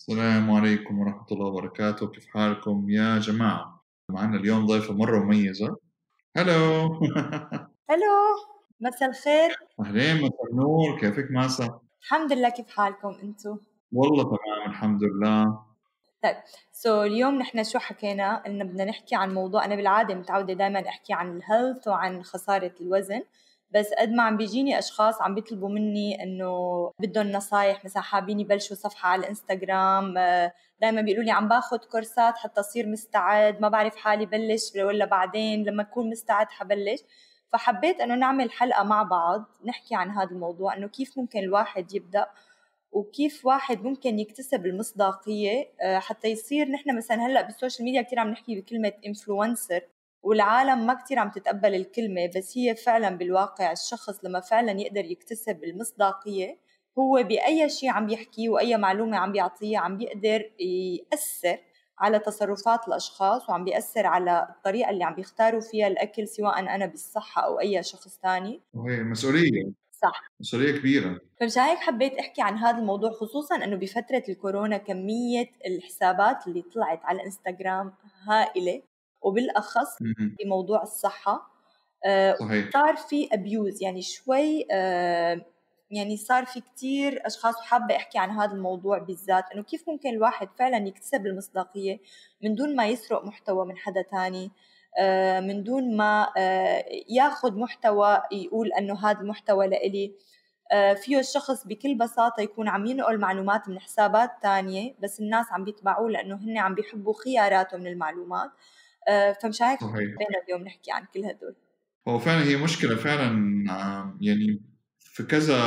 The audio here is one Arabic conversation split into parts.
السلام عليكم ورحمة الله وبركاته، كيف حالكم يا جماعة؟ معنا اليوم ضيفة مرة مميزة. هلو. هلو، مساء الخير. أهلين، مساء النور، كيفك ماسة؟ الحمد لله، كيف حالكم انتو؟ والله تمام الحمد لله. طيب، اليوم نحن شو حكينا؟ إنه بدنا نحكي عن موضوع. أنا بالعادة متعودة دائما أحكي عن الهيلث وعن خسارة الوزن، بس قد ما عم بيجيني أشخاص عم بيطلبوا مني إنه بدهم نصايح، مثلا حابين يبلشوا صفحة على الإنستغرام. دائما بيقولوا لي عم باخد كورسات حتى أصير مستعد، ما بعرف حالي بلش ولا بعدين لما أكون مستعد حبلش. فحبيت إنه نعمل حلقة مع بعض نحكي عن هذا الموضوع، إنه كيف ممكن الواحد يبدأ وكيف واحد ممكن يكتسب المصداقية حتى يصير. نحن مثلا هلأ بالسوشيال ميديا كتير عم نحكي بكلمة إنفلونسر، والعالم ما كتير عم تتقبل الكلمة، بس هي فعلا بالواقع الشخص لما فعلا يقدر يكتسب المصداقية، هو بأي شيء عم يحكي وأي معلومة عم بيعطيها عم بيقدر يأثر على تصرفات الأشخاص، وعم بيأثر على الطريقة اللي عم بيختاروا فيها الأكل، سواء أنا بالصحة أو أي شخص تاني. وهي مسؤولية، صح. مسؤولية كبيرة. فمشان هيك حبيت أحكي عن هذا الموضوع، خصوصاً أنه بفترة الكورونا كمية الحسابات اللي طلعت على الإنستغرام هائلة، وبالأخص مم. في موضوع الصحة. صحيح. صار في أبيوز يعني شوي. يعني صار في كتير أشخاص، وحابة أحكي عن هذا الموضوع بالذات، أنه كيف ممكن الواحد فعلاً يكتسب المصداقية من دون ما يسرق محتوى من حدا تاني، من دون ما ياخد محتوى يقول أنه هذا المحتوى لإلي. فيه الشخص بكل بساطة يكون عم ينقل معلومات من حسابات تانية، بس الناس عم بيتبعوه لأنه هن عم بيحبوا خياراته من المعلومات. فمشان هيك صحيح. حبينا اليوم نحكي عن كل هدول. هو فعلا هي مشكلة فعلا. يعني في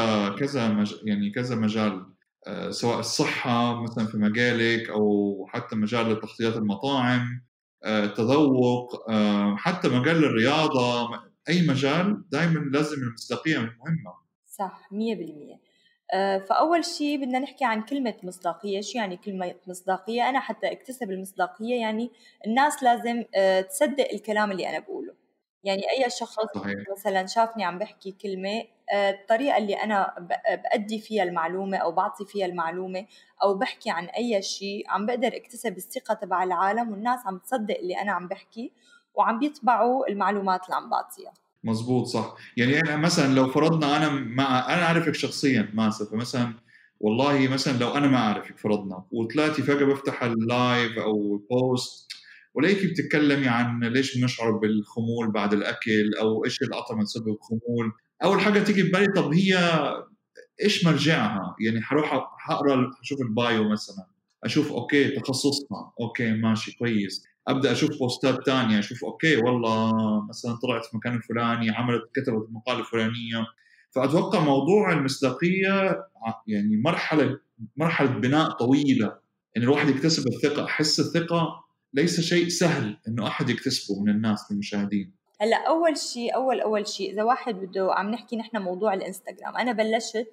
يعني كذا مجال. سواء الصحة مثلا في مجالك أو حتى مجال تغطية المطاعم، التذوق، حتى مجال الرياضة. أي مجال دائما لازم المصداقية مهمة. صح 100%. فأول شيء بدنا نحكي عن كلمة مصداقية. شو يعني كلمة مصداقية؟ أنا حتى أكتسب المصداقية يعني الناس لازم تصدق الكلام اللي أنا بقوله. يعني أي شخص صحيح. مثلا شافني عم بحكي كلمة، الطريقة اللي أنا بأدي فيها المعلومة أو بعطي فيها المعلومة أو بحكي عن أي شيء، عم بقدر اكتسب الثقة تبع العالم، والناس عم تصدق اللي أنا عم بحكي وعم بيتبعوا المعلومات اللي عم بعطيها. مزبوط صح. يعني أنا مثلا لو فرضنا أنا أعرفك شخصيا ماسة، فمثلا والله مثلا لو أنا ما أعرفك فرضنا وطلعتي فجأة بفتح اللايف أو البوست وليكي بتتكلمي عن ليش بنشعر بالخمول بعد الأكل أو إيش الأطعمة تسبب الخمول، أول حاجة تيجي ببالي طب هي إيش مرجعها؟ يعني حروح حقرأ أشوف البايو مثلا، أشوف أوكي تخصصنا أوكي ماشي كويس، ابدا اشوف بوستات تانية، اشوف اوكي والله مثلا طلعت في مكان الفلاني، كتبت المقاله الفلانيه. فاتوقع موضوع المصداقيه يعني مرحله بناء طويله، ان الواحد يكتسب الثقه. احس الثقه ليس شيء سهل انه احد يكتسبه من الناس المشاهدين. هلا اول شيء اذا واحد بده، عم نحكي نحن موضوع الانستغرام. انا بلشت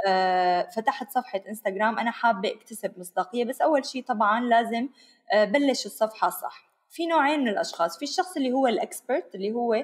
فتحت صفحة انستغرام، انا حابة اكتسب مصداقية، بس اول شيء طبعا لازم بلش الصفحة صح. في نوعين من الاشخاص، في الشخص اللي هو الاكسبرت، اللي هو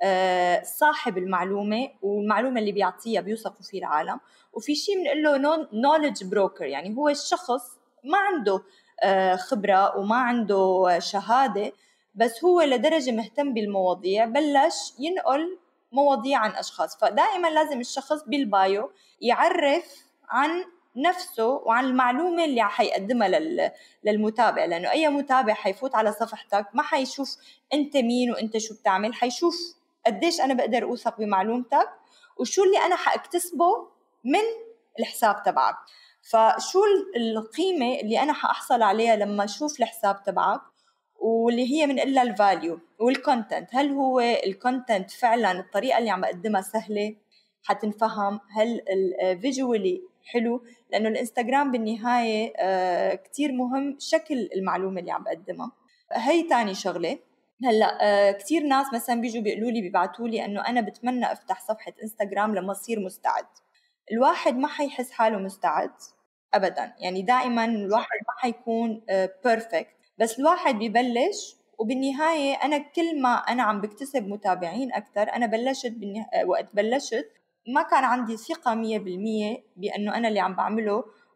صاحب المعلومة والمعلومة اللي بيعطيها بيوثقوا فيه العالم، وفي شيء بنقول له knowledge broker، يعني هو الشخص ما عنده خبرة وما عنده شهادة، بس هو لدرجة مهتم بالمواضيع بلش ينقل مواضيع عن أشخاص. فدائما لازم الشخص بالبايو يعرف عن نفسه وعن المعلومة اللي حيقدمها للمتابع، لأنه أي متابع حيفوت على صفحتك ما حيشوف أنت مين وأنت شو بتعمل، حيشوف قديش أنا بقدر أوثق بمعلومتك وشو اللي أنا حأكتسبه من الحساب تبعك. فشو القيمة اللي أنا حأحصل عليها لما أشوف الحساب تبعك، واللي هي من إلا الفاليو والكونتنت. هل هو الكونتنت فعلا الطريقة اللي عم بقدمها سهلة حتنفهم؟ هل الفيجوالي حلو؟ لأنه الإنستغرام بالنهاية كتير مهم شكل المعلومة اللي عم بقدمها. هي تاني شغلة. هلا كتير ناس مثلا بيجوا بيقولوا لي، بيبعتوا لي انه انا بتمنى افتح صفحة انستغرام لما اصير مستعد. الواحد ما حيحس حاله مستعد ابدا، يعني دائما الواحد ما حيكون بيرفكت، بس الواحد ببلش. وبالنهاية أنا كل ما أنا عم بكتسب متابعين أكتر، أنا بلشت وقت بلشت ما كان عندي ثقة 100% بأنه أنا اللي عم بعمله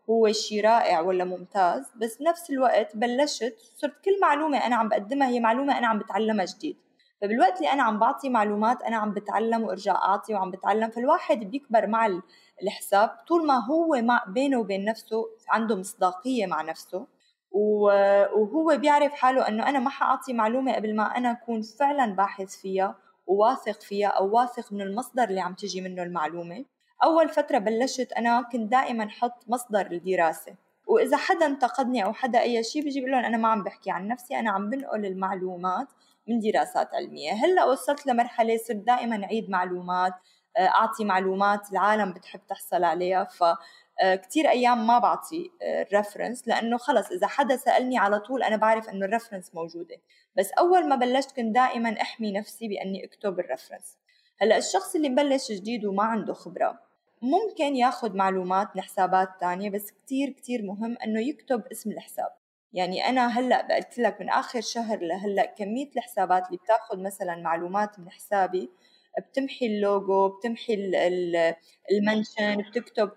هو شيء رائع ولا ممتاز، بس بنفس الوقت صرت كل معلومة أنا عم بقدمها هي معلومة أنا عم بتعلمها جديد. فبالوقت اللي أنا عم بعطي معلومات أنا عم بتعلم وأرجع أعطي وعم بتعلم، فالواحد بيكبر مع الحساب طول ما هو بينه وبين نفسه عنده مصداقية مع نفسه، وهو بيعرف حاله أنه أنا ما حأعطي معلومة قبل ما أنا أكون فعلا باحث فيها وواثق فيها أو واثق من المصدر اللي عم تجي منه المعلومة. أول فترة بلشت أنا كنت دائما حط مصدر الدراسة، وإذا حدا انتقدني أو حدا أي شيء بيجي بيقول لهم أنا ما عم بحكي عن نفسي، أنا عم بنقل المعلومات من دراسات علمية. هلأ وصلت لمرحلة صرت دائما أعيد معلومات، أعطي معلومات العالم بتحب تحصل عليها. كتير أيام ما بعطي الرفرنس لأنه خلص إذا حدا سألني على طول أنا بعرف أنه الرفرنس موجودة. بس أول ما بلشت كنت دائما أحمي نفسي بأني أكتب الرفرنس. هلأ الشخص اللي مبلش جديد وما عنده خبرة ممكن ياخد معلومات من حسابات تانية، بس كتير كتير مهم أنه يكتب اسم الحساب. يعني أنا هلأ قلت لك من آخر شهر لهلأ كمية الحسابات اللي بتاخد مثلا معلومات من حسابي، بتمحي اللوجو، بتمحي المنشن، بتكتب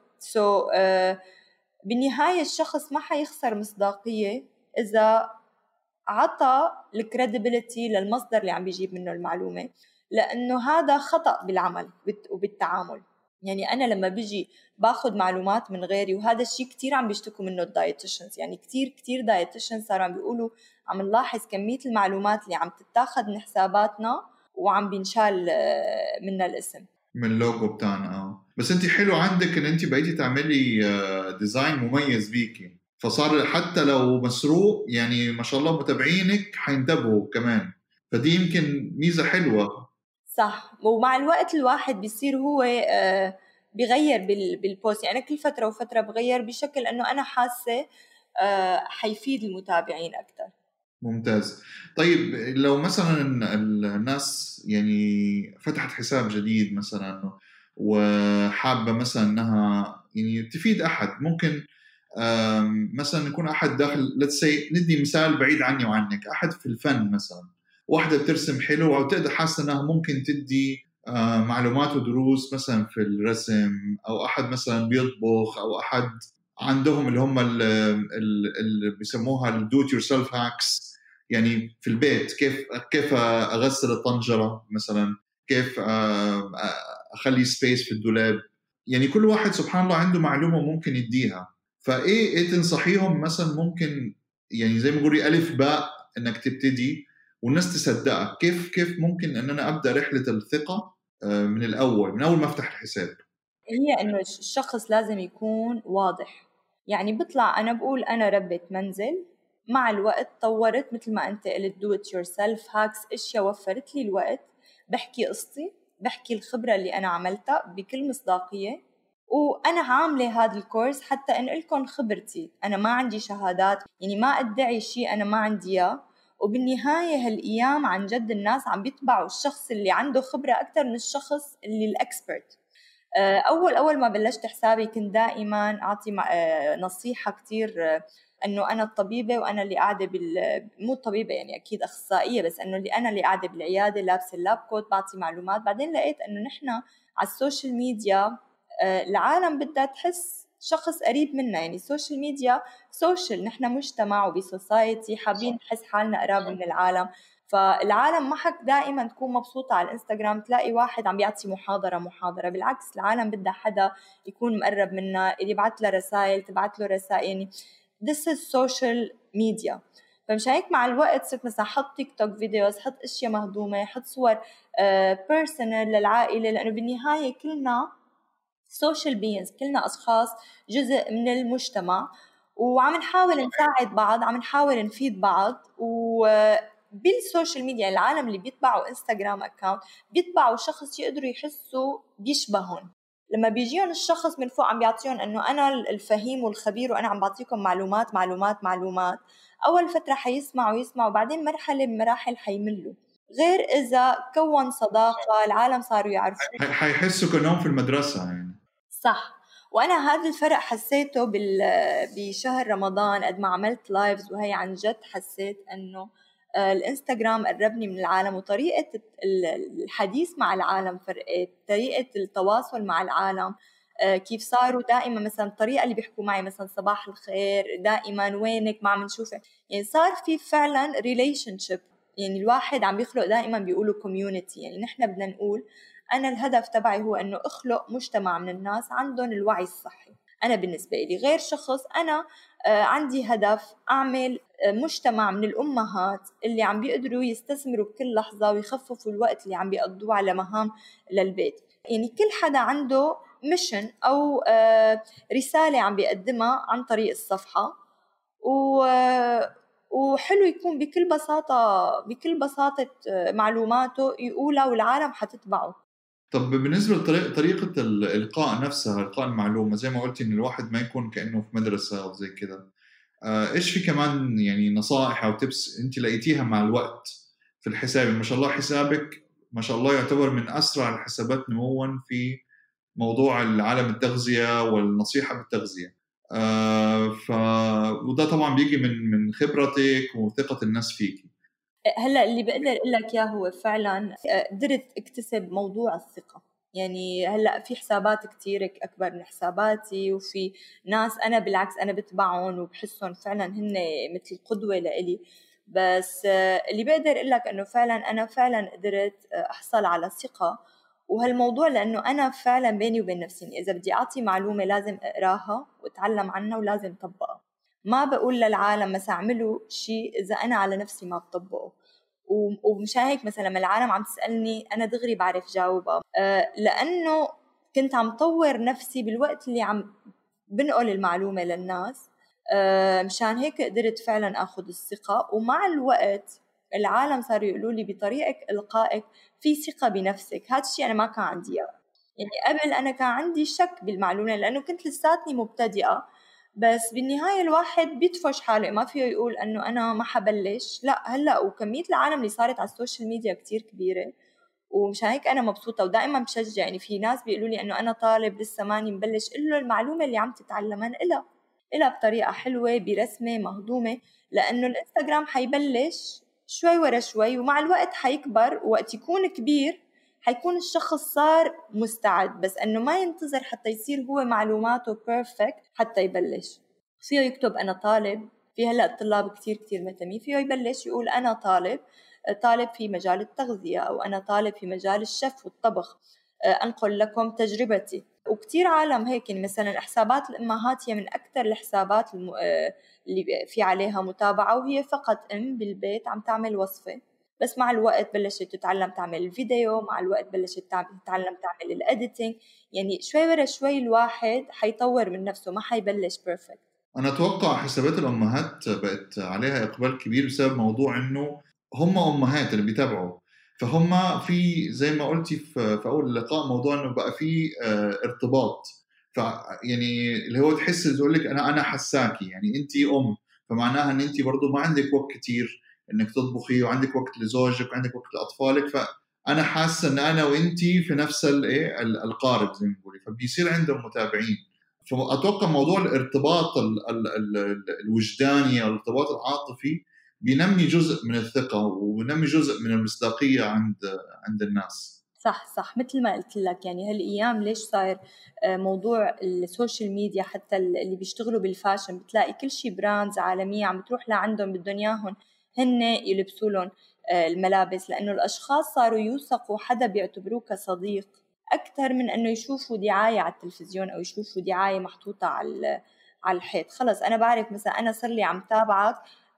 بالنهاية الشخص ما حيخسر مصداقية إذا عطى الكريديبيليتي للمصدر اللي عم بيجيب منه المعلومة، لأنه هذا خطأ بالعمل وبالتعامل. يعني أنا لما بيجي باخد معلومات من غيري، وهذا الشيء كتير عم بيشتكوا منه الدايتيشنز، يعني كتير دايتيشنز صاروا عم بيقولوا عم نلاحظ كمية المعلومات اللي عم تتاخد من حساباتنا وعم بينشال منها الاسم من اللوجو بتاعنا. بس انت حلو عندك ان انت بقيتي تعملي ديزاين مميز بيكي، فصار حتى لو مسروق يعني ما شاء الله متابعينك حينتبهوا كمان، فدي يمكن ميزة حلوة. صح. ومع الوقت الواحد بيصير هو بيغير بالبوست، يعني كل فترة وفترة بغير بشكل أنه أنا حاسة حيفيد المتابعين أكتر. ممتاز. طيب لو مثلا الناس يعني فتحت حساب جديد مثلا وحابة مثلا انها يعني تفيد احد، ممكن مثلا يكون احد داخل let's say، ندي مثال بعيد عني وعنك، احد في الفن مثلا، واحدة بترسم حلو او تقدر حاسة انها ممكن تدي معلومات ودروس مثلا في الرسم، او احد مثلا بيطبخ، او احد عندهم اللي هم اللي بيسموها الدو ات يور سيلف هاكس، يعني في البيت كيف اغسل الطنجره مثلا، كيف اخلي سبيس في الدولاب. يعني كل واحد سبحان الله عنده معلومه ممكن يديها، فايه تنصحيهم مثلا ممكن يعني زي ما بقولي الف باء انك تبتدي والناس تصدقك، كيف ممكن ان انا ابدا رحله الثقه من الاول، من اول ما افتح الحساب؟ هي إنه الشخص لازم يكون واضح. يعني بطلع أنا بقول أنا ربة منزل، مع الوقت طورت مثل ما أنت قلت do it yourself hacks، إشياء وفرت لي الوقت، بحكي قصتي، بحكي الخبرة اللي أنا عملتها بكل مصداقية، وأنا عاملة هذا الكورس حتى أنقلكم خبرتي. أنا ما عندي شهادات، يعني ما أدعي شيء أنا ما عندي إياه. وبالنهاية هالأيام عن جد الناس عم بيتبعوا الشخص اللي عنده خبرة أكتر من الشخص اللي الأكسبرت. أول ما بلشت حسابي كنت دائما أعطي نصيحة كتير، أنه أنا الطبيبة وأنا اللي قاعدة مو الطبيبة يعني أكيد أخصائية، بس أنه أنا اللي قاعدة بالعيادة لابسة اللاب كوت بعطي معلومات. بعدين لقيت أنه نحن على السوشيال ميديا العالم بدها تحس شخص قريب منا، يعني السوشيال ميديا سوشيال، نحن مجتمع وبسوسايتي حابين نحس حالنا قراب من العالم. فالعالم معك دائما تكون مبسوطة على الانستغرام تلاقي واحد عم بيعطي محاضرة، بالعكس العالم بدها حدا يكون مقرب منها، اللي يبعث له رسائل تبعث له رسائل، يعني this is social media. فمش هيك مع الوقت صرت مثلا حط تيك توك فيديوز، حط اشياء مهضومة، حط صور بيرسونال للعائلة، لأنه بالنهاية كلنا social beings، كلنا أشخاص جزء من المجتمع، وعم نحاول نساعد بعض، عم نحاول نفيد بعض. بالسوشيال ميديا العالم اللي بيتبعوا انستغرام اكاونت بيتبعوا شخص يقدروا يحسوا بيشبههم. لما بيجيهم الشخص من فوق عم بيعطيهم انه انا الفهيم والخبير وانا عم بعطيكم معلومات، اول فترة حيسمعوا بعدين مرحلة من مراحل حيملوا، غير اذا كون صداقة العالم صاروا يعرفوا. حيحسوا كأنهم في المدرسة يعني. صح. وانا هذا الفرق حسيته بشهر رمضان قد ما عملت لايفز، وهي عن جد حسيت انه الانستغرام قربني من العالم، وطريقة الحديث مع العالم فرقت، طريقة التواصل مع العالم كيف صاروا دائما مثلا الطريقة اللي بيحكوا معي مثلا صباح الخير، دائما وينك، ما عم نشوفك. يعني صار في فعلا relationship. يعني الواحد عم بيخلق دائما بيقولوا community. يعني نحن بدنا نقول أنا الهدف تبعي هو أنه أخلق مجتمع من الناس عندهم الوعي الصحي. أنا بالنسبة لي غير شخص، أنا عندي هدف أعمل مجتمع من الأمهات اللي عم بيقدروا يستثمروا بكل لحظة ويخففوا الوقت اللي عم بيقضوه على مهام للبيت. يعني كل حدا عنده ميشن أو رسالة عم بيقدمها عن طريق الصفحة، وحلو يكون بكل بساطة معلوماته يقولها والعالم حتتبعه. طب بالنسبة لطريقة الإلقاء نفسها، إلقاء المعلومة، زي ما قلت إن الواحد ما يكون كأنه في مدرسة أو زي كده، إيش في كمان يعني نصائح أو تبس أنت لقيتيها مع الوقت في الحساب؟ ما شاء الله حسابك ما شاء الله يعتبر من أسرع الحسابات نمواً في موضوع العالم التغذية والنصيحة بالتغذية. وده طبعاً بيجي من خبرتك وثقة الناس فيك. هلأ اللي بقدر أقول لك إياه هو فعلاً قدرت اكتسب موضوع الثقة. يعني هلأ في حسابات كتير أكبر من حساباتي، وفي ناس أنا بالعكس أنا بتبعهم وبحسهم فعلاً هن مثل قدوة لإلي. بس اللي بقدر أقول لك إنه فعلاً أنا فعلاً قدرت أحصل على ثقة. وهالموضوع لأنه أنا فعلاً بيني وبين نفسي إذا بدي أعطي معلومة لازم أقراها وأتعلم عنها ولازم طبقها. ما بقول للعالم مثلا اعملوا شيء إذا أنا على نفسي ما بطبقه. ومشان هيك مثلا لما العالم عم تسألني أنا دغري بعرف جاوبها، لأنه كنت عم طور نفسي بالوقت اللي عم بنقل المعلومة للناس. مشان هيك قدرت فعلا أخذ الثقة. ومع الوقت العالم صاروا يقولوا لي بطريقة إلقائك في ثقة بنفسك. هذا الشيء أنا ما كان عندي إياه. يعني قبل أنا كان عندي شك بالمعلومة لأنه كنت لساتني مبتدئة. بس بالنهاية الواحد بيدفش حاله، ما فيه يقول أنه أنا ما حبلش. لا هلأ وكمية العالم اللي صارت على السوشيال ميديا كتير كبيرة، ومشان هيك أنا مبسوطة ودائما بشجع. يعني في ناس بيقولوا لي أنه أنا طالب لسه ماني مبلش، إله المعلومة اللي عم تتعلمها إلها بطريقة حلوة برسمة مهضومة، لأنه الإنستغرام حيبلش شوي ورا شوي ومع الوقت حيكبر، ووقت يكون كبير حيكون الشخص صار مستعد، بس أنه ما ينتظر حتى يصير هو معلوماته perfect حتى يبلش. فيه يكتب أنا طالب. في هلأ الطلاب كتير كتير مهتمين، فيه يبلش يقول أنا طالب في مجال التغذية، أو أنا طالب في مجال الشف والطبخ، أنقل لكم تجربتي. وكتير عالم هيك. يعني مثلا حسابات الأمهات هي من أكثر الحسابات اللي في عليها متابعة، وهي فقط بالبيت عم تعمل وصفة. بس مع الوقت بلشت تتعلم تعمل الفيديو، مع الوقت بلشت تتعلم تعمل الاديتينج. يعني شوي ورا شوي الواحد حيطور من نفسه، ما حيبلش بيرفكت. أنا أتوقع حسابات الأمهات بقت عليها إقبال كبير بسبب موضوع إنه هم أمهات اللي بيتابعوا، فهم في زي ما قلتي في أول اللقاء موضوع إنه بقى في ارتباط. يعني اللي هو تحس تقول لك أنا حساكي، يعني أنت فمعناها إن أنت برضو ما عندك وقت كتير إنك تطبخي، وعندك وقت لزوجك وعندك وقت لأطفالك، فأنا حاسة إن أنا وأنت في نفس القارب زي ما بقولي، فبيصير عندهم متابعين. فأتوقع موضوع الارتباط الوجداني أو الارتباط العاطفي بينمي جزء من الثقة وبينمي جزء من المصداقية عند الناس. صح مثل ما قلت لك. يعني هالأيام ليش صاير موضوع السوشيال ميديا، حتى اللي بيشتغلوا بالفاشن بتلاقي كل شيء براندز عالمية عم بتروح لعندهم، بدهم إياهم هن يلبسوا لهم الملابس، لأنه الأشخاص صاروا يوثقوا حدا بيعتبروه كصديق أكثر من أنه يشوفوا دعاية على التلفزيون أو يشوفوا دعاية محطوطة على الحيط. خلص أنا بعرف مثلا أنا صار لي عم تابعك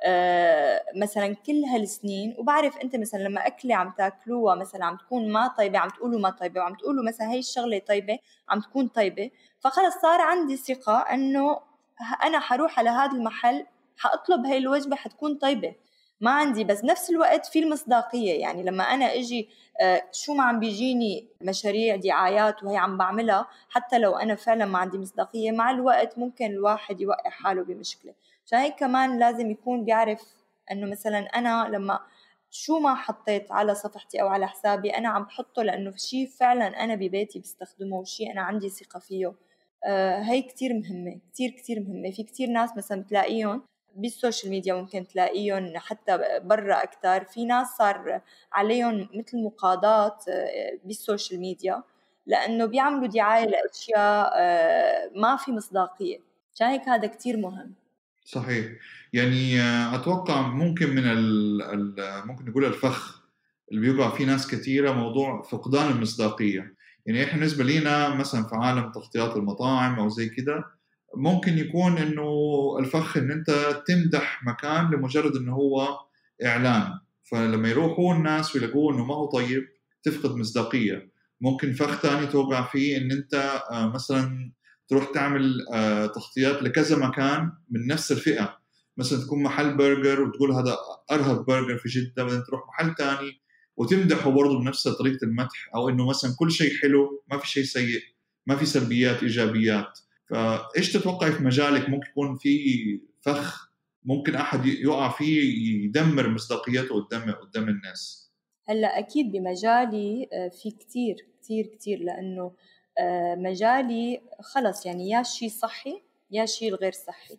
مثلا كل هالسنين، وبعرف انت مثلا لما اكله عم تاكلوها مثلا عم تكون ما طيبه عم تقولوا ما طيبه، وعم تقولوا مثلا هي الشغله طيبه عم تكون طيبه. فخلص صار عندي ثقه انه انا حروح على هذا المحل حاطلب هاي الوجبه حتكون طيبه. ما عندي بس نفس الوقت في المصداقيه. يعني لما انا اجي شو ما عم بيجيني مشاريع دعايات وهي عم بعملها، حتى لو انا فعلا ما عندي مصداقيه، مع الوقت ممكن الواحد يوقع حاله بمشكله. فهيك كمان لازم يكون بيعرف أنه مثلا أنا لما شو ما حطيت على صفحتي أو على حسابي أنا عم بحطه لأنه شيء فعلا أنا ببيتي بستخدمه وشيء أنا عندي ثقة فيه. هاي كتير مهمة، كتير كتير مهمة. في كتير ناس مثلا تلاقيهم بالسوشيال ميديا، ممكن تلاقيهم حتى برا أكتر، في ناس صار عليهم مثل مقاضات بالسوشيال ميديا لأنه بيعملوا دعاية لأشياء ما في مصداقية. عشان هيك هذا كتير مهم. صحيح. يعني أتوقع ممكن من ممكن نقول الفخ اللي بيقع فيه ناس كثيرة موضوع فقدان المصداقية. يعني إحنا بالنسبة لنا مثلا في عالم تغطيات المطاعم أو زي كده، ممكن يكون إنه الفخ إن أنت تمدح مكان لمجرد إنه هو إعلان، فلما يروحوا الناس ويلاقوه إنه ما هو طيب تفقد مصداقية. ممكن فخ ثاني توقع فيه إن أنت مثلا تروح تعمل تغطيات لكذا مكان من نفس الفئة، مثلا تكون محل برجر وتقول هذا أرهب برجر في جدة، بعدين تروح محل تاني وتمدحه برضه بنفس طريقة المدح، أو إنه مثلا كل شيء حلو ما في شيء سيء، ما في سلبيات إيجابيات. فإيش تتوقع في مجالك ممكن يكون في فخ ممكن أحد يقع فيه يدمر مصداقيته قدام الناس؟ هلا اكيد بمجالي في كتير كتير كتير، لانه مجالي خلص يعني يا شيء صحي يا شيء الغير صحي.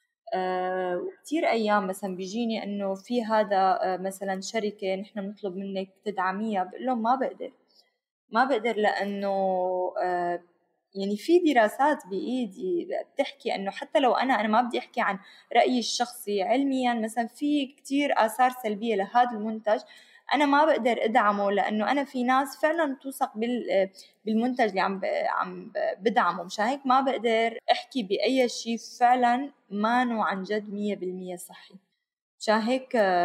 وكتير ايام مثلا بيجيني انه في هذا مثلا شركه نحن بنطلب منك تدعميها، بقول لهم ما بقدر لانه يعني في دراسات بايدي بتحكي انه حتى لو انا ما بدي احكي عن رايي الشخصي، علميا مثلا في كتير اثار سلبيه لهذا المنتج، انا ما بقدر ادعمه لانه انا في ناس فعلا توثق بالمنتج اللي عم بدعمه. مشان هيك ما بقدر احكي باي شيء فعلا ما عن جد 100% صحي. مشان هيك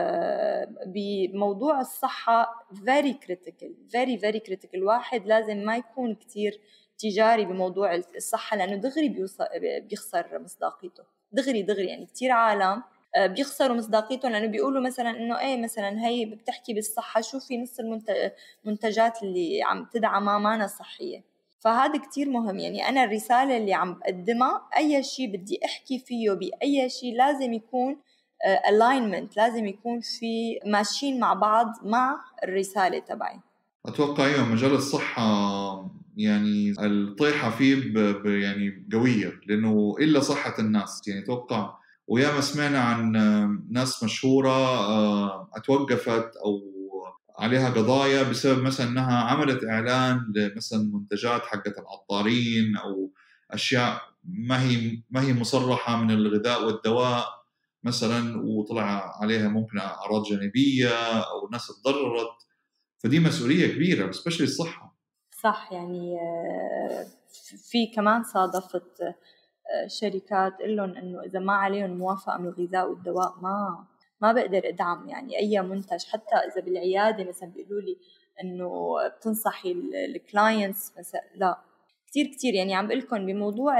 بموضوع الصحة very critical very very critical. الواحد لازم ما يكون كتير تجاري بموضوع الصحة، لأنه دغري بيخسر مصداقيته دغري. يعني كتير عالم بيخسروا مصداقيتهم لأنه بيقولوا مثلا إنه إيه مثلا هي بتحكي بالصحة، شوفي نص المنتجات اللي عم تدعمها مانا صحية. فهذا كتير مهم. يعني أنا الرسالة اللي عم بقدمها أي شيء بدي أحكي فيه بأي شيء لازم يكون alignment، لازم يكون في ماشيين مع بعض مع الرسالة تبعي. أتوقع أيوة مجال الصحة يعني الطيحة فيه يعني قوية، لأنه إلا صحة الناس. يعني أتوقع وياما سمعنا عن ناس مشهورة اتوقفت أو عليها قضايا بسبب مثلا أنها عملت إعلان لمثلا منتجات حقت العطارين أو أشياء ما هي مصرحة من الغذاء والدواء مثلا، وطلع عليها ممكن أعراض جانبية أو ناس تضررت. فدي مسؤولية كبيرة especially الصحة. صح. يعني في كمان صادفت شركات قل لهم انه اذا ما عليهم موافقة من الغذاء والدواء ما بقدر ادعم يعني اي منتج. حتى اذا بالعيادة مثلا بيقولوا لي انه بتنصحي الكلاينتس مثلا، لا. كتير يعني عم بقولكم بموضوع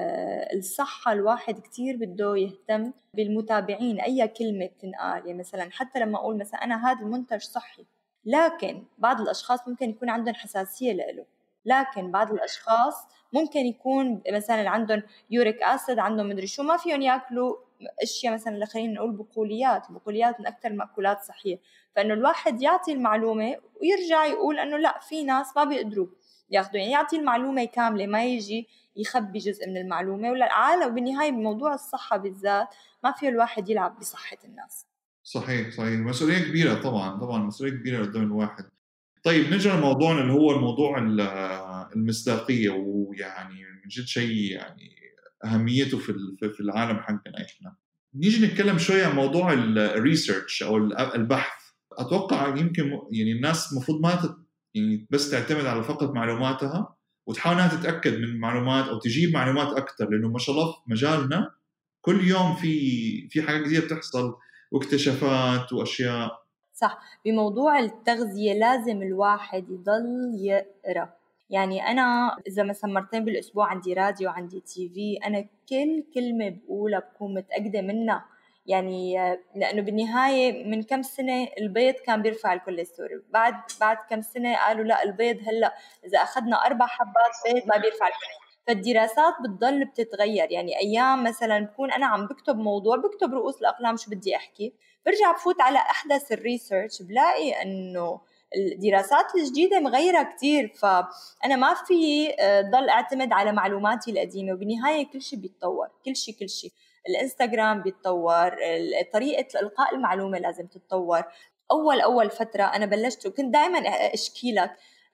الصحة الواحد كتير بده يهتم بالمتابعين. أي كلمة بتنقال، يعني مثلا حتى لما أقول مثلا أنا هذا المنتج صحي، لكن بعض الأشخاص ممكن يكون عندهم حساسية له، لكن بعض الأشخاص ممكن يكون مثلا عندهم يوريك أسيد، عندهم مدري شو، ما فيهم يأكلوا أشياء مثلا خلينا نقول بقوليات من أكثر المأكولات صحية. فإنه الواحد يعطي المعلومة ويرجع يقول إنه لا، في ناس ما بيقدروا ياخذوا، يعني يعطي المعلومة كاملة، ما يجي يخبي جزء من المعلومة. ولا العالم بالنهاية بموضوع الصحة بالذات ما فيه الواحد يلعب بصحة الناس. صحيح مسؤولية كبيرة طبعا مسؤولية كبيرة قدام الواحد. طيب نرجع لموضوعنا اللي هو الموضوع المصداقية، ويعني من جد شيء يعني أهميته في العالم حقنا إحنا. نيجي نتكلم شوية عن موضوع الريسيرش أو البحث. أتوقع يمكن يعني الناس المفروض ما يعني بس تعتمد على فقط معلوماتها وتحاول انها تتاكد من المعلومات او تجيب معلومات اكثر، لانه ما شاء الله في مجالنا كل يوم في حاجات جديده بتحصل واكتشافات واشياء. صح. بموضوع التغذية لازم الواحد يضل يقرأ. يعني أنا إذا مثلا مرتين بالأسبوع عندي راديو عندي تي في، أنا كل كلمة بقولها بكون متأكدة منها. يعني لأنه بالنهاية من كم سنة البيض كان بيرفع الكوليسترول، بعد كم سنة قالوا لا، البيض هلأ إذا أخذنا 4 حبات بيض ما بيرفع الكوليسترول. فالدراسات بتضل بتتغير. يعني أيام مثلا بكون أنا عم بكتب موضوع، بكتب رؤوس الأقلام شو بدي أحكي، برجع بفوت على أحدث الريسيرش بلاقي أنه الدراسات الجديدة مغيرة كتير. فأنا ما في ضل أعتمد على معلوماتي القديمة. وبالنهاية كل شيء بيتطور، كل شيء. الإنستغرام بيتطور، طريقة إلقاء المعلومة لازم تتطور. أول فترة أنا بلشت وكنت دائما أشكي لك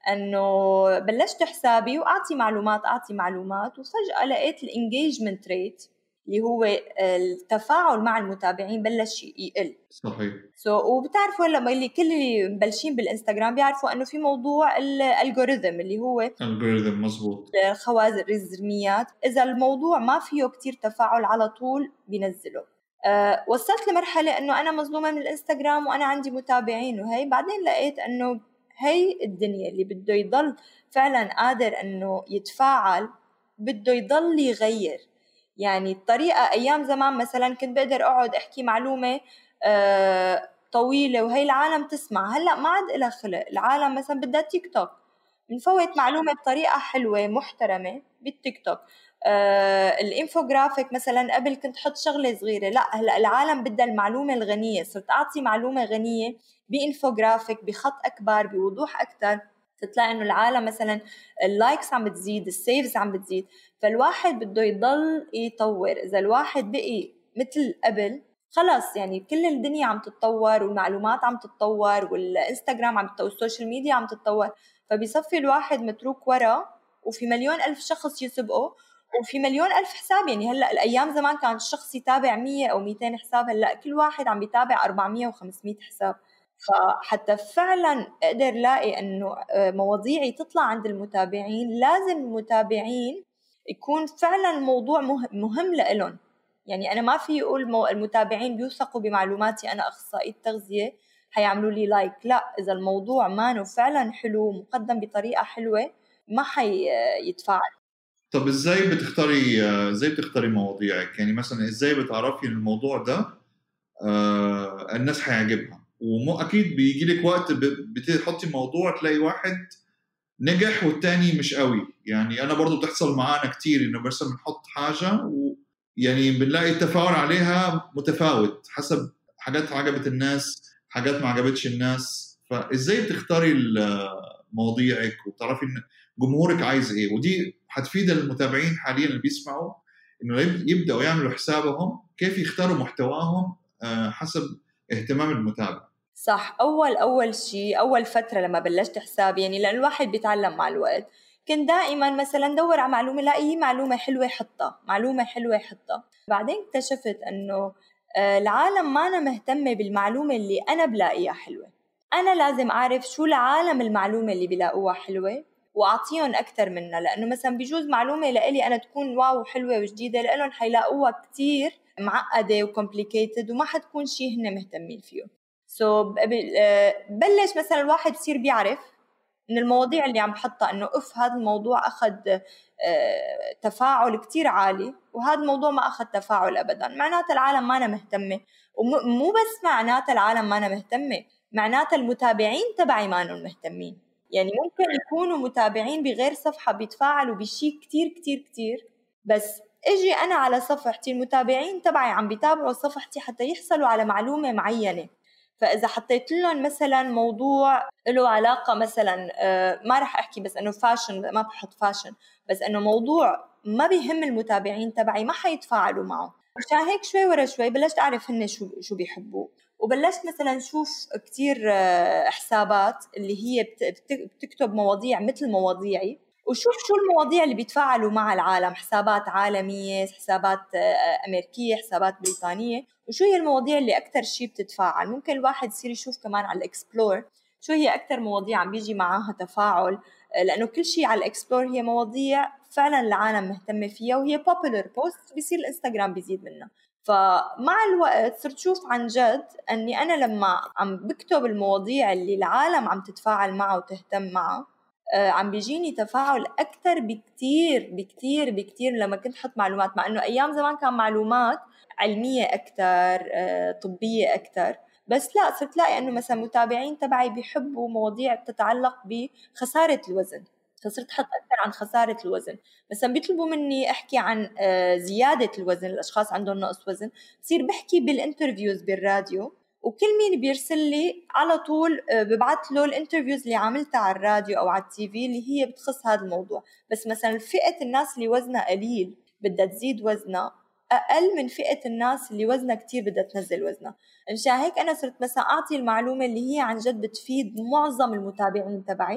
انه بلشت حسابي واعطي معلومات وفجأة لقيت الانجيجمنت ريت اللي هو التفاعل مع المتابعين بلش يقل. صحيح. وبتعرفوا لما اللي كل اللي مبلشين بالانستغرام بيعرفوا انه في موضوع الالجوريثم اللي هو الجوريثم، مزبوط، الخوارزميات، اذا الموضوع ما فيه كتير تفاعل على طول بينزله. وصلت لمرحلة انه انا مظلومة من الانستغرام وانا عندي متابعين وهي، بعدين لقيت انه هي الدنيا اللي بده يضل فعلا قادر انه يتفاعل بده يضل يغير. يعني الطريقة ايام زمان مثلا كنت بقدر اقعد احكي معلومة طويلة وهي العالم تسمع، هلأ ما عاد إلها خلق. العالم مثلا بدها تيك توك، بنفوت معلومة بطريقة حلوة محترمة بالتيك توك. الانفوغرافيك مثلا قبل كنت حط شغلة صغيرة، لا هلأ العالم بدها المعلومة الغنية، صرت أعطي معلومة غنية بانفوغرافيك بخط أكبر بوضوح أكتر، تلاقي إنه العالم مثلا اللايكس عم بتزيد، السيفز عم بتزيد. فالواحد بده يضل يطور. إذا الواحد بقي مثل قبل خلاص يعني كل الدنيا عم تتطور والمعلومات عم تتطور والإنستغرام عم تتطور والسوشيال ميديا عم تتطور، فبيصفي الواحد متروك ورا وفي مليون ألف شخص يسبقه وفي مليون ألف حساب. يعني هلأ الأيام زمان كان الشخص يتابع 100 أو 200 حساب، هلأ كل واحد عم بيتابع 400 و500 حساب. فحتى فعلا أقدر لاقي أنه مواضيعي تطلع عند المتابعين، لازم المتابعين يكون فعلا الموضوع مهم لإلهم. يعني أنا ما في أقول المتابعين بيوثقوا بمعلوماتي، أنا أخصائية تغذية حيعملوا لي لايك. لا، إذا الموضوع مانو فعلا حلو مقدم بطريقة حلوة ما حيتفاعل. طب ازاي بتختاري مواضيعك؟ يعني مثلا ازاي بتعرفي ان الموضوع ده الناس حيعجبها؟ ومو اكيد بيجي لك وقت بتحطي موضوع تلاقي واحد نجح والتاني مش قوي. يعني انا برضو بتحصل معانا كتير انه بس بنحط حاجة يعني بنلاقي التفاعل عليها متفاوت حسب حاجات عجبت الناس، حاجات ما عجبتش الناس. فازاي بتختاري مواضيعك وبتعرفي ان جمهورك عايز ايه؟ ودي هتفيد المتابعين حاليا اللي بيسمعوا انه يبداوا يعملوا حسابهم كيف يختاروا محتواهم حسب اهتمام المتابع. صح. أول شيء أول فترة لما بلشت حسابي، يعني لأن الواحد بيتعلم مع الوقت، كنت دائما مثلا دور على معلومة، لاقي معلومة حلوة حطها. بعدين اكتشفت أنه العالم ما أنا مهتمة بالمعلومة اللي أنا بلاقيها حلوة. أنا لازم أعرف شو العالم المعلومة اللي بلاقوها حلوة وأعطيهم أكتر منها، لأنه مثلا بيجوز معلومة لإلي أنا تكون واو حلوة وجديدة، لإلهم حيلاقوها كتير معقدة وكومبليكيتد وما حتكون شيء هن مهتمين فيه. بلش مثلا الواحد يصير بيعرف من المواضيع اللي عم بحطها انه هذا الموضوع اخذ تفاعل كتير عالي وهذا الموضوع ما اخذ تفاعل ابدا، معناته العالم ما أنا مهتمه. ومو بس معناته العالم ما أنا مهتمه، معناته المتابعين تبعي ما أنهم مهتمين. يعني ممكن يكونوا متابعين بغير صفحة بيتفاعلوا بشيء كتير كتير كتير، بس اجي انا على صفحتي المتابعين تبعي عم بيتابعوا صفحتي حتى يحصلوا على معلومة معينة. فإذا حطيت لهم مثلا موضوع له علاقة مثلا ما رح أحكي بس إنه فاشن، ما بحط فاشن، بس إنه موضوع ما بيهم المتابعين تبعي ما حيتفاعلوا معه. عشان هيك شوي ورا شوي بلشت أعرف هن شو بيحبوا، وبلشت مثلا شوف كتير حسابات اللي هي بتكتب مواضيع مثل مواضيعي، وشوف شو المواضيع اللي بيتفاعلوا مع العالم، حسابات عالمية، حسابات أمريكية، حسابات بريطانية، وشو هي المواضيع اللي أكتر شيء بتتفاعل. ممكن الواحد يصير يشوف كمان على الإكسبلور شو هي أكتر مواضيع عم بيجي معاها تفاعل، لأنه كل شيء على الإكسبلور هي مواضيع فعلا العالم مهتمة فيها وهي popular post، بيصير الإنستغرام بيزيد منها. فمع الوقت صرت شوف عن جد أني أنا لما عم بكتب المواضيع اللي العالم عم تتفاعل معها وتهتم معها عم بيجيني تفاعل أكتر بكتير بكتير بكتير لما كنت حط معلومات، مع أنه أيام زمان كان معلومات علمية أكتر طبية أكتر، بس لا صرت لاقي أنه مثلا متابعين تبعي بيحبوا مواضيع تتعلق بخسارة الوزن، فصرت حط أكثر عن خسارة الوزن. مثلا بيطلبوا مني أحكي عن زيادة الوزن، الأشخاص عندهم نقص وزن، بصير بحكي بالانترفيوز بالراديو، وكل مين بيرسل لي على طول ببعث له الانترفيوز اللي عملتها على الراديو أو على التي في اللي هي بتخص هذا الموضوع. بس مثلا فئة الناس اللي وزنها قليل بدها تزيد وزنها أقل من فئة الناس اللي وزنها كتير بدها تنزل وزنها. مشان هيك أنا صرت مثلا أعطي المعلومة اللي هي عن جد بتفيد معظم المتابعين تبعي،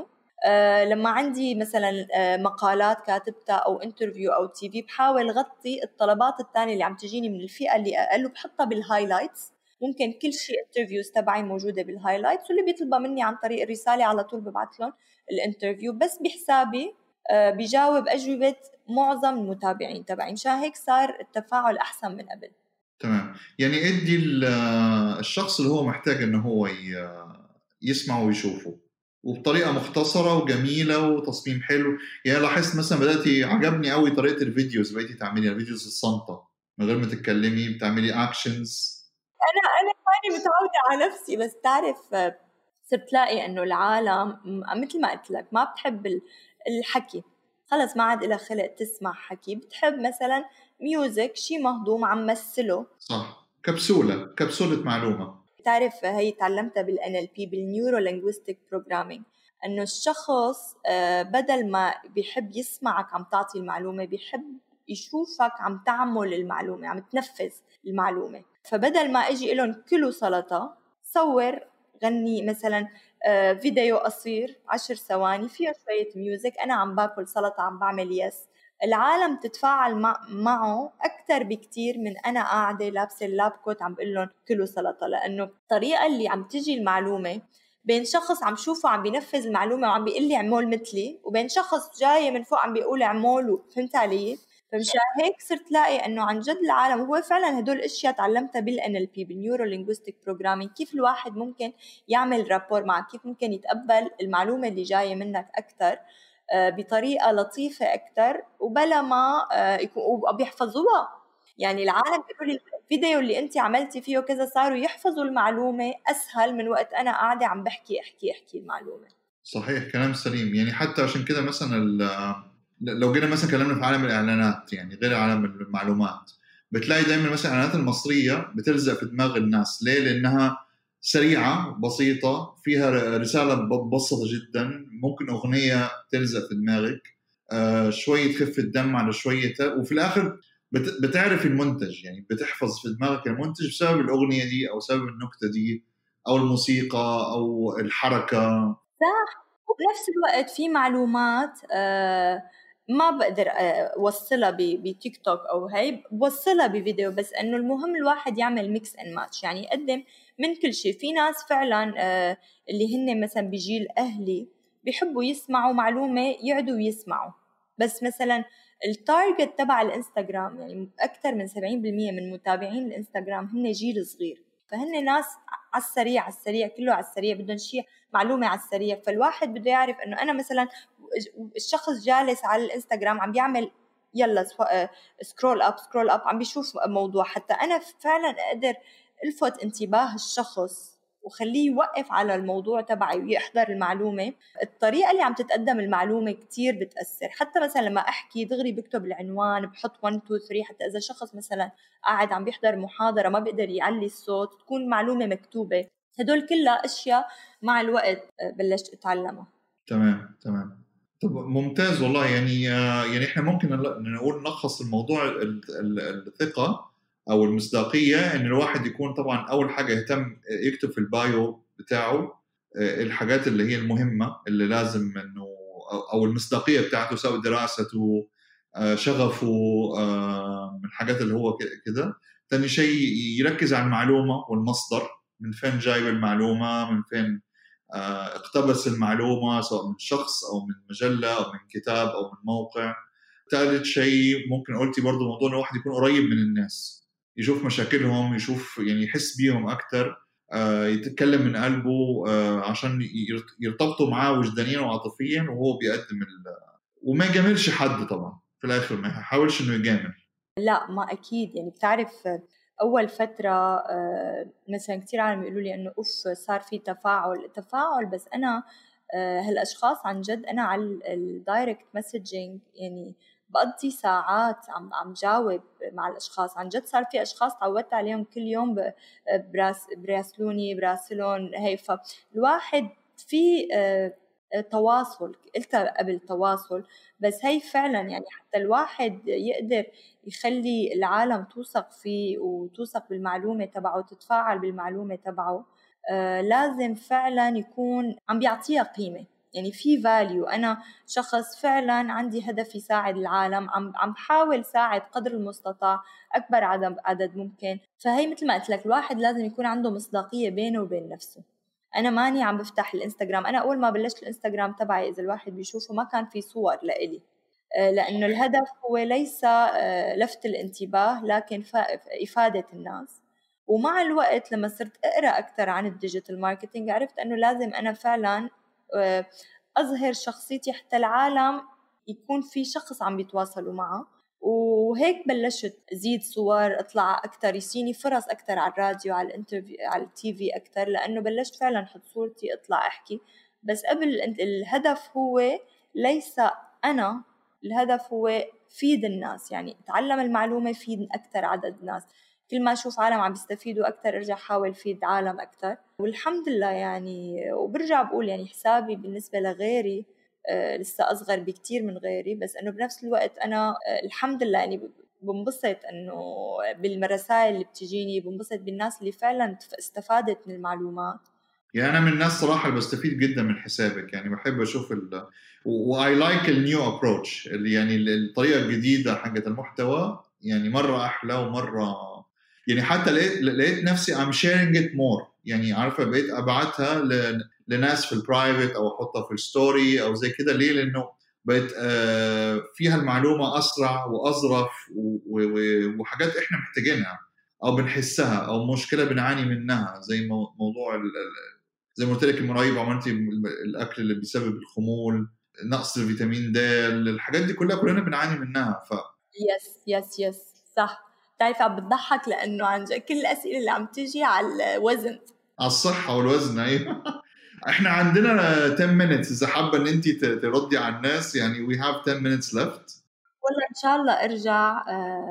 لما عندي مثلا مقالات كاتبتها أو انترفيو أو تي في، بحاول غطي الطلبات الثانية اللي عم تجيني من الفئة اللي أقل وبحطها بالهايلايتس. ممكن كل شيء انترفيوز تبعي موجودة بالهايلايتس، واللي بيطلبها مني عن طريق الرسالة على طول ببعث لهم الانترفيو، بس بحسابي بيجاوب أجوبة معظم المتابعين تبعي. مشان هيك صار التفاعل أحسن من قبل. تمام. يعني ادي الشخص اللي هو محتاج انه هو يسمع ويشوفه، وبطريقه مختصره وجميله وتصميم حلو. يعني لاحظت مثلا بداتي عجبني قوي طريقه الفيديوز، بقيتي تعملي الفيديوز الصامته من غير ما تتكلمي، بتعملي اكشنز. أنا ماني متعودة على نفسي، بس تعرف صرت لاقي إنه العالم مثل ما قلت لك ما بتحب الحكي. خلص ما عاد إلها خلق تسمع حكي، بتحب مثلا ميوزك، شي مهضوم عم مثله. صح، كبسولة معلومة. تعرف هي تعلمتها بالNLP، بالنيورو لينغويستيك بروجرامينج، إنه الشخص بدل ما بيحب يسمعك عم تعطي المعلومة، بيحب يشوفك عم تعمل المعلومة، عم تنفذ المعلومة. فبدل ما أجي لهم كيلو سلطة، صور، غني مثلا فيديو قصير 10 ثواني فيه شوية ميوزك، أنا عم باكل سلطة عم بعمل يس، العالم تتفاعل معه أكتر بكتير من أنا قاعدة لابسة اللاب كوت عم بقول لهم كلوا سلطة. لأنه الطريقة اللي عم تجي المعلومة بين شخص عم شوفه عم بينفذ المعلومة وعم بيقول لي عمول مثلي، وبين شخص جاي من فوق عم بيقول عمول. فهمت علي؟ فمشان هيك صرت لاقي انه عن جد العالم، وهو فعلا هدول الاشياء تعلمتها بالNLP، بالنيورو لينغويستيك بروجرامينج، كيف الواحد ممكن يعمل رابور معك، كيف ممكن يتقبل المعلومة اللي جاية منك أكتر بطريقة لطيفة أكتر، وبلا ما وبيحفظوها. يعني العالم بيقولوا لي الفيديو اللي أنت عملتي فيه كذا، صاروا يحفظوا المعلومة أسهل من وقت أنا قاعدة عم بحكي المعلومة. صحيح، كلام سليم. يعني حتى عشان كده مثلا لو جينا مثلا كلامنا في عالم الإعلانات، يعني غير عالم المعلومات، بتلاقي دايما مثلا الإعلانات المصرية بتلزق في دماغ الناس. ليه؟ لأنها سريعة، بسيطة، فيها رسالة مبسطة جدا، ممكن أغنية تلزق في دماغك، شوية خفة دم على شوية، وفي الآخر بتعرف المنتج، يعني بتحفظ في دماغك المنتج بسبب الأغنية دي أو سبب النكتة دي أو الموسيقى أو الحركة. صح. وبنفس الوقت في معلومات ما بقدر وصلها بتيك توك أو هاي، بوصلها بفيديو، بس إنه المهم الواحد يعمل ميكس أند ماتش، يعني يقدم من كل شيء. في ناس فعلا اللي هن مثلا بجيل أهلي بيحبوا يسمعوا معلومة يقعدوا يسمعوا، بس مثلا التارجت تبع الانستغرام، يعني أكثر من 70% من متابعين الانستغرام هن جيل صغير، فهن ناس على السريع، على السريع، كله على السريع، بدهم شيء معلومة على السريع. فالواحد بده يعرف انه انا مثلا الشخص جالس على الانستغرام عم بيعمل يلا سكرول اب عم بيشوف موضوع، حتى انا فعلا اقدر الفت انتباه الشخص وخليه يوقف على الموضوع تبعي ويحضر المعلومة. الطريقة اللي عم تتقدم المعلومة كتير بتأثر. حتى مثلا لما أحكي دغري بكتب العنوان، بحط 1 2 3، حتى إذا شخص مثلا قاعد عم بيحضر محاضرة ما بيقدر يعلي الصوت، تكون معلومة مكتوبة. هدول كلها أشياء مع الوقت بلشت أتعلمها. تمام. طب ممتاز والله. يعني احنا ممكن نقول نلخص الموضوع الثقة أو المصداقية، إن الواحد يكون طبعا أول حاجة يهتم يكتب في البايو بتاعه الحاجات اللي هي المهمة اللي لازم إنه، أو المصداقية بتاعته، سواء دراسته، شغفه، من الحاجات اللي هو كده. ثاني شيء يركز على المعلومة والمصدر، من فين جايب المعلومة، من فين اقتبس المعلومة، سواء من شخص أو من مجلة أو من كتاب أو من موقع. ثالث شيء ممكن قلتي برضو موضوع إنه الواحد يكون قريب من الناس، يشوف مشاكلهم، يشوف يعني يحس بيهم أكتر، يتكلم من قلبه، عشان يرتبطوا معاه وجدانيا وعاطفيا وهو بيقدم وما يجاملش حد طبعا في الآخر، ما يحاولش إنه يجامل. لا ما أكيد. يعني بتعرف أول فترة مثلا كتير عالم يقولوا لي إنه أوف صار في تفاعل، بس أنا هالأشخاص عن جد أنا على الدايركت مسجنج يعني بقضي ساعات عم جاوب مع الأشخاص. عن جد صار في أشخاص تعودت عليهم كل يوم براسلوني براسلون هي. فالواحد في تواصل، قلت قبل تواصل، بس هي فعلا يعني حتى الواحد يقدر يخلي العالم توثق فيه وتوثق بالمعلومة تبعه وتتفاعل بالمعلومة تبعه، لازم فعلا يكون عم بيعطيها قيمة. يعني في فاليو، أنا شخص فعلا عندي هدف يساعد العالم، عم بحاول ساعد قدر المستطاع أكبر عدد ممكن. فهي مثل ما قلت لك، الواحد لازم يكون عنده مصداقية بينه وبين نفسه. أنا ماني عم بفتح الإنستغرام، أنا أول ما بلشت الإنستغرام تبعي إذا الواحد بيشوفه ما كان في صور لإلي، لأنه الهدف هو ليس لفت الانتباه لكن إفادة الناس. ومع الوقت لما صرت أقرأ أكثر عن الديجيتال ماركتينج عرفت أنه لازم أنا فعلا أظهر شخصيتي حتى العالم يكون في شخص عم بيتواصلوا معه. وهيك بلشت أزيد صور، أطلع أكثر، يسيني فرص أكثر على الراديو، على الانترفيو، على التي في أكثر، لأنه بلشت فعلا أحط صورتي أطلع أحكي. بس قبل الهدف هو ليس أنا، الهدف هو فيد الناس، يعني أتعلم المعلومة فيد أكثر عدد ناس. كل ما أشوف عالم عم بيستفيدوا أكثر أرجع أحاول فيد عالم أكثر، والحمد لله يعني. وبرجع بقول يعني حسابي بالنسبة لغيري لسه أصغر بكتير من غيري، بس أنه بنفس الوقت أنا الحمد لله يعني بنبسط أنه بالرسائل اللي بتجيني، بنبسط بالناس اللي فعلا استفادت من المعلومات. يعني انا من الناس صراحه اللي بستفيد جدا من حسابك، يعني بحب اشوف واي لايك النيو ابروتش، اللي يعني الطريقه الجديده حقت المحتوى، يعني مره احلى ومره يعني حتى لقيت نفسي I'm sharing it more، يعني عارفه بقيت ابعتها لناس في البرايفت او احطها في الستوري او زي كده. ليه؟ لانه بقت فيها المعلومه اسرع واظرف وحاجات احنا محتاجينها او بنحسها او مشكله بنعاني منها، زي موضوع زي ما قلت لك المرايب، عملتي الاكل اللي بيسبب الخمول، نقص الفيتامين د، الحاجات دي كلنا بنعاني منها. يس يس يس صح. تعرف عم بتضحك لانه عن جد كل الاسئله اللي عم تجي على الوزن، على الصحه والوزن. ايوه. احنا عندنا 10 minutes اذا حابه ان انت تردي على الناس، يعني we have 10 minutes left. والله ان شاء الله ارجع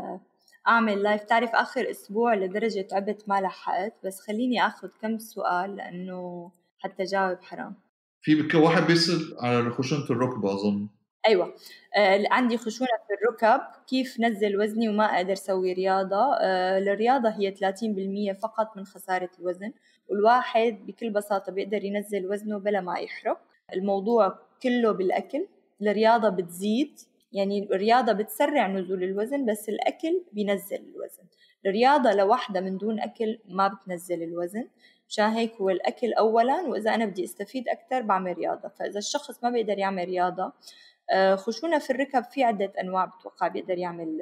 اعمل لايف. تعرف اخر اسبوع لدرجه تعبت ما لحقت، بس خليني اخذ كم سؤال لانه حتى جاوب حرام. في واحد بيسأل على خشونة الركبة أظن. ايوه عندي خشونه في الركب، كيف نزل وزني وما اقدر اسوي رياضه؟ الرياضه هي 30% فقط من خساره الوزن، والواحد بكل بساطه بيقدر ينزل وزنه بلا ما يحرق. الموضوع كله بالاكل. الرياضه بتزيد، يعني الرياضه بتسرع نزول الوزن، بس الاكل بينزل الوزن. الرياضه لوحدها من دون اكل ما بتنزل الوزن، مشان هيك هو الاكل اولا، واذا انا بدي استفيد اكثر بعمل رياضه. فاذا الشخص ما بيقدر يعمل رياضه، خشونة في الركب في عدة أنواع، بتوقع بيقدر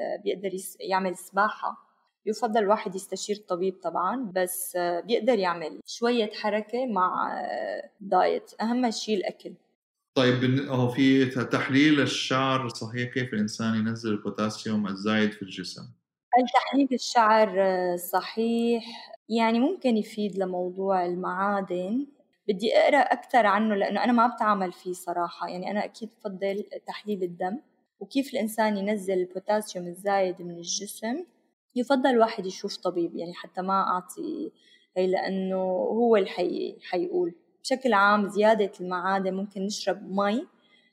يعمل سباحة. يفضل الواحد يستشير طبيب طبعا، بس بيقدر يعمل شوية حركة مع دايت. أهم شيء الأكل. طيب هو في تحليل الشعر صحيح، كيف الإنسان ينزل البوتاسيوم الزايد في الجسم؟ تحليل الشعر صحيح، يعني ممكن يفيد لموضوع المعادن. بدي أقرأ أكثر عنه لأنه أنا ما بتعامل فيه صراحة. يعني أنا أكيد بفضل تحليل الدم وكيف الإنسان ينزل البوتاسيوم الزايد من الجسم. يفضل الواحد يشوف طبيب، يعني حتى ما أعطي هي، لأنه هو حيقول. بشكل عام زيادة المعادن ممكن نشرب مي،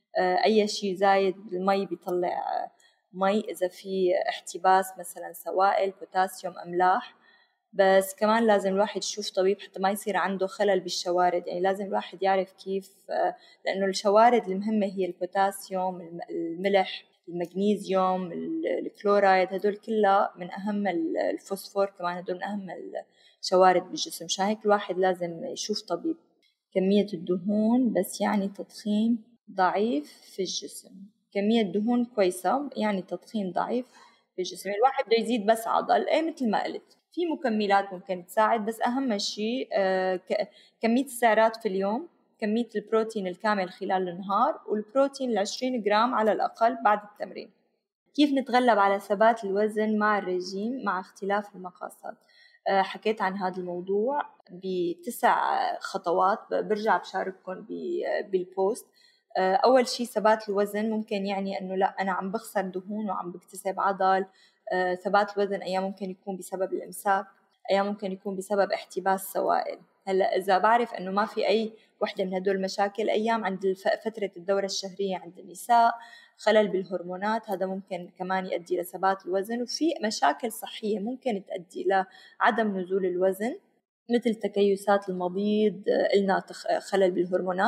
أي شيء زايد بالمي بيطلع مي، إذا في احتباس مثلا سوائل بوتاسيوم أملاح. بس كمان لازم الواحد يشوف طبيب حتى ما يصير عنده خلل بالشوارد. يعني لازم الواحد يعرف كيف، لأنه الشوارد المهمة هي البوتاسيوم، الملح، المغنيسيوم، الكلورايد، هدول كلها من أهم الفوسفور كمان، هدول من أهم الشوارد بالجسم. مشان هيك الواحد لازم يشوف طبيب. كمية الدهون بس يعني تضخيم ضعيف في الجسم. كمية دهون كويسة يعني تضخيم ضعيف في الجسم. الواحد بده يزيد بس عضل، مثل ما قلت في مكملات ممكن تساعد، بس أهم شيء كمية السعرات في اليوم، كمية البروتين الكامل خلال النهار، والبروتين 20 جرام على الأقل بعد التمرين. كيف نتغلب على ثبات الوزن مع الرجيم مع اختلاف المقاسات؟ حكيت عن هذا الموضوع ب9 خطوات، برجع بشارككم بالبوست. أول شيء ثبات الوزن ممكن يعني أنه لا أنا عم بخسر دهون وعم بكتسب عضل. ثبات الوزن أيام ممكن يكون بسبب الإمساك، أيام ممكن يكون بسبب احتباس سوائل. هلا إذا بعرف أنه ما في أي وحدة من هدول المشاكل، أيام عند فترة الدورة الشهرية عند النساء، خلل بالهرمونات، هذا ممكن كمان يؤدي لثبات الوزن. وفي مشاكل صحية ممكن تؤدي لعدم نزول الوزن، مثل تكيسات المبيض، قلنا خلل بالهرمونات.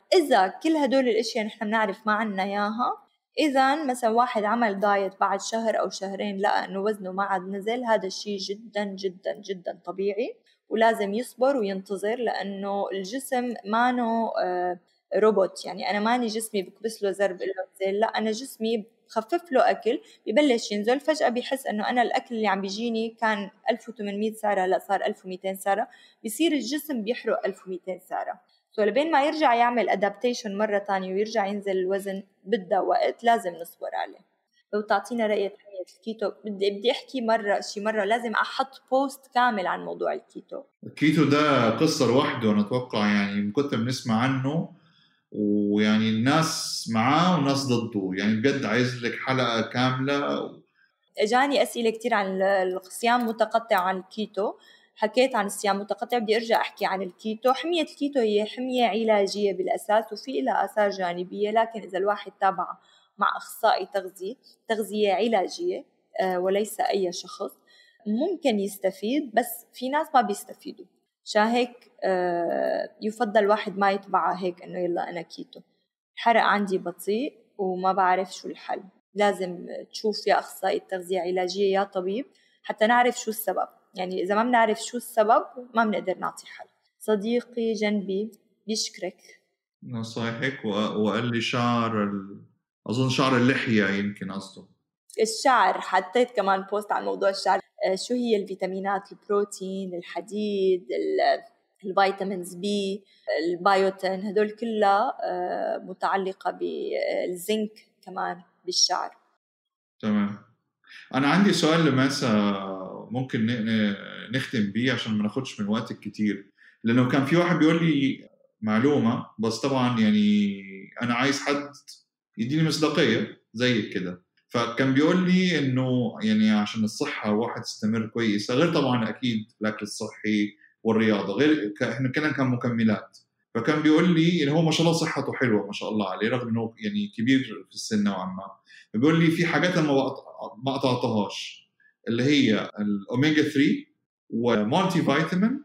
إذا كل هدول الأشياء نحن بنعرف ما عنا إياها، إذا مثلا واحد عمل دايت بعد شهر أو شهرين لقى إنه وزنه ما عاد نزل، هذا الشيء جدا جدا جدا طبيعي، ولازم يصبر وينتظر، لأنه الجسم مانو روبوت. يعني أنا ماني جسمي بكبس له زر بقول له انزل، لا، أنا جسمي بخفف له أكل ببلش ينزل، فجأة بيحس إنه أنا الأكل اللي عم بيجيني كان 1800 سعرة هلا صار 1200 سعرة، بيصير الجسم بيحرق 1200 سعرة. لبين ما يرجع يعمل أدابتيشن مرة تانية ويرجع ينزل الوزن بدها وقت، لازم نصبر عليه. لو تعطينا رأيك عن الكيتو، بدي أحكي مرة لازم أحط بوست كامل عن موضوع الكيتو. الكيتو ده قصة لوحده، أنا أتوقع يعني من كتر بنسمع عنه، ويعني الناس معاه وناس ضده، يعني بجد عايز لك حلقة كاملة. اجاني اسئله كتير عن الصيام متقطع عن الكيتو، حكيت عن الصيام المتقطع، بدي ارجع احكي عن الكيتو. حميه الكيتو هي حميه علاجيه بالاساس، وفي لها اثار جانبيه، لكن اذا الواحد تابع مع اخصائي تغذيه علاجيه وليس اي شخص، ممكن يستفيد، بس في ناس ما بيستفيدوا. عشان هيك يفضل واحد ما يتبع هيك انه يلا انا كيتو، الحرق عندي بطيء وما بعرف شو الحل. لازم تشوف يا أخصائي التغذية علاجية يا طبيب حتى نعرف شو السبب. يعني إذا ما بنعرف شو السبب ما بنقدر نعطي حل. صديقي جنبي بيشكرك نصايحك وقال لي أظن شعر اللحية يمكن قصده. الشعر، حطيت كمان بوست عن موضوع الشعر. شو هي الفيتامينات، البروتين، الحديد، الفيتامينز بي، البايوتين، هدول كلها متعلقة بالزنك كمان بالشعر. تمام. أنا عندي سؤال لماسة ممكن نختم بيه عشان ما ناخدش من وقتك كتير، لأنه كان في واحد بيقول لي معلومة، بس طبعا يعني أنا عايز حد يديني مصداقية زيك كده. فكان بيقول لي إنه يعني عشان الصحة واحد يستمر كويس، غير طبعا أكيد الأكل الصحي والرياضة، غير إحنا كنا كمكملات. فكان بيقول لي إن هو ما شاء الله صحته حلوة ما شاء الله عليه، رغم إنه يعني كبير في السن نوعا ما. بيقول لي في حاجات أنا ما قطعتهاش، اللي هي الأوميجا 3 والمالتي فيتامين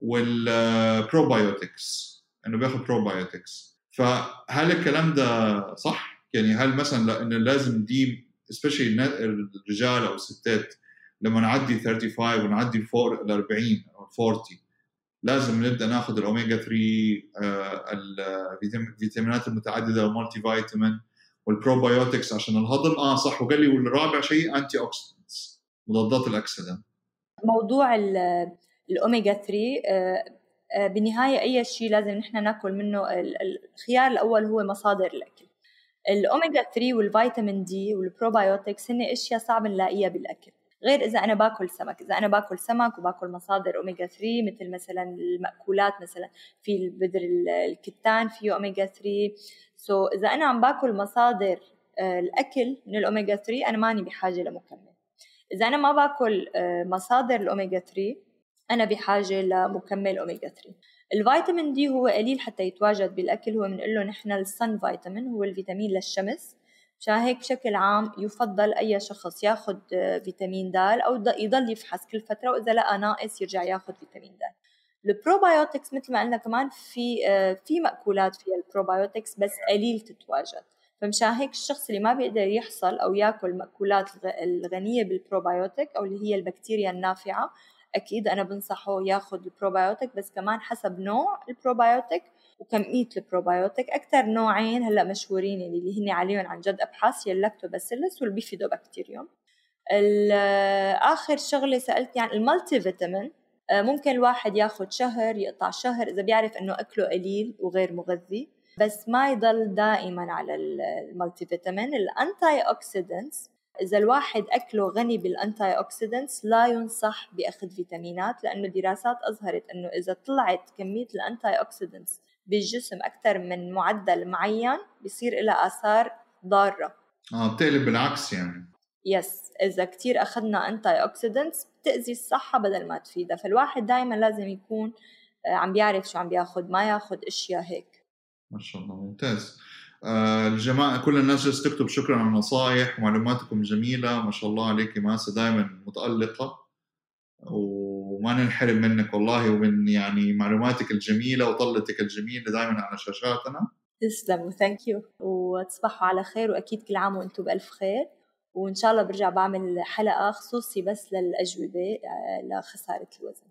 والبروبايوتكس، إنه بياخد بروبايوتكس. فهل الكلام ده صح؟ يعني هل مثلا إنه لازم دي especially الرجال أو الستات لما نعدي 35 ونعدي فوق ال 40 أو 40 لازم نبدأ ناخذ الأوميجا 3 الفيتامينات المتعددة والمالتي فيتامين والبروبايوتكس عشان الهضم؟ صح. وقال لي والرابع شيء انتي اوكسيدنتس، مضادات الاكسده. موضوع الأوميجا 3 بالنهاية أي شيء لازم نحن ناكل منه. الخيار الأول هو مصادر الأكل. الأوميجا 3 والفيتامين دي والبروبايوتكس هن أشياء صعب نلاقيها بالأكل، غير إذا أنا باكل سمك. إذا أنا باكل سمك وباكل مصادر أوميجا 3 مثل مثلا المأكولات، مثلا في البذر الكتان فيه أوميجا 3. إذا أنا عم باكل مصادر الأكل من الأوميجا 3 أنا ماني بحاجة لمكمل. إذا أنا ما باكل مصادر الأوميجا 3 أنا بحاجة لمكمل أوميجا 3. الفيتامين دي هو قليل حتى يتواجد بالأكل، هو بنقول له نحن السن فيتامين، هو الفيتامين للشمس. عشان هيك بشكل عام يفضل أي شخص ياخد فيتامين د أو يضل يفحص كل فترة، وإذا لقى ناقص يرجع ياخد فيتامين د. البروبايوتكس مثل ما قلنا كمان في مأكولات فيها البروبايوتكس بس قليل تتواجد. فمشان هيك الشخص اللي ما بيقدر يحصل أو يأكل مأكولات الغنية بالبروبايوتك أو اللي هي البكتيريا النافعة، أكيد أنا بنصحه ياخد البروبايوتك، بس كمان حسب نوع البروبايوتك وكمية البروبايوتك. أكتر نوعين هلأ مشهورين اللي هن عليهم عن جد أبحاث، هي اللاكتوباسيلس والبيفيدوبكتيريوم. آخر شغلة سألتني عن المالتي فيتامين. ممكن الواحد ياخد شهر، يقطع شهر إذا بيعرف أنه أكله قليل وغير مغذي، بس ما يضل دائما على المالتي فيتامين. الأنتي أوكسيدنتس إذا الواحد أكله غني بالأنتي أوكسيدنتس لا ينصح بأخذ فيتامينات، لأنه دراسات أظهرت أنه إذا طلعت كمية الأنتي أوكسيدنتس بالجسم أكثر من معدل معين بيصير لها آثار ضارة. بتقلب بالعكس يعني. يس، إذا كتير أخذنا أنتي أوكسيدنتس بتأذي الصحة بدل ما تفيدها. فالواحد دايما لازم يكون عم بيعرف شو عم بياخد، ما ياخد أشياء هيك. ما شاء الله ممتاز. الجماعة كل الناس جالسة تكتب شكرا على النصائح ومعلوماتكم جميلة ما شاء الله عليك ماسة، دائما متألقة وما ننحرم منك والله، ومن يعني معلوماتك الجميلة وطلتك الجميلة دائما على شاشاتنا. تسلموا، ثانك يو، وتصبحوا على خير، واكيد كل عام وانتم بالف خير. وان شاء الله برجع بعمل حلقه خصوصي بس للاجوبه لخساره الوزن.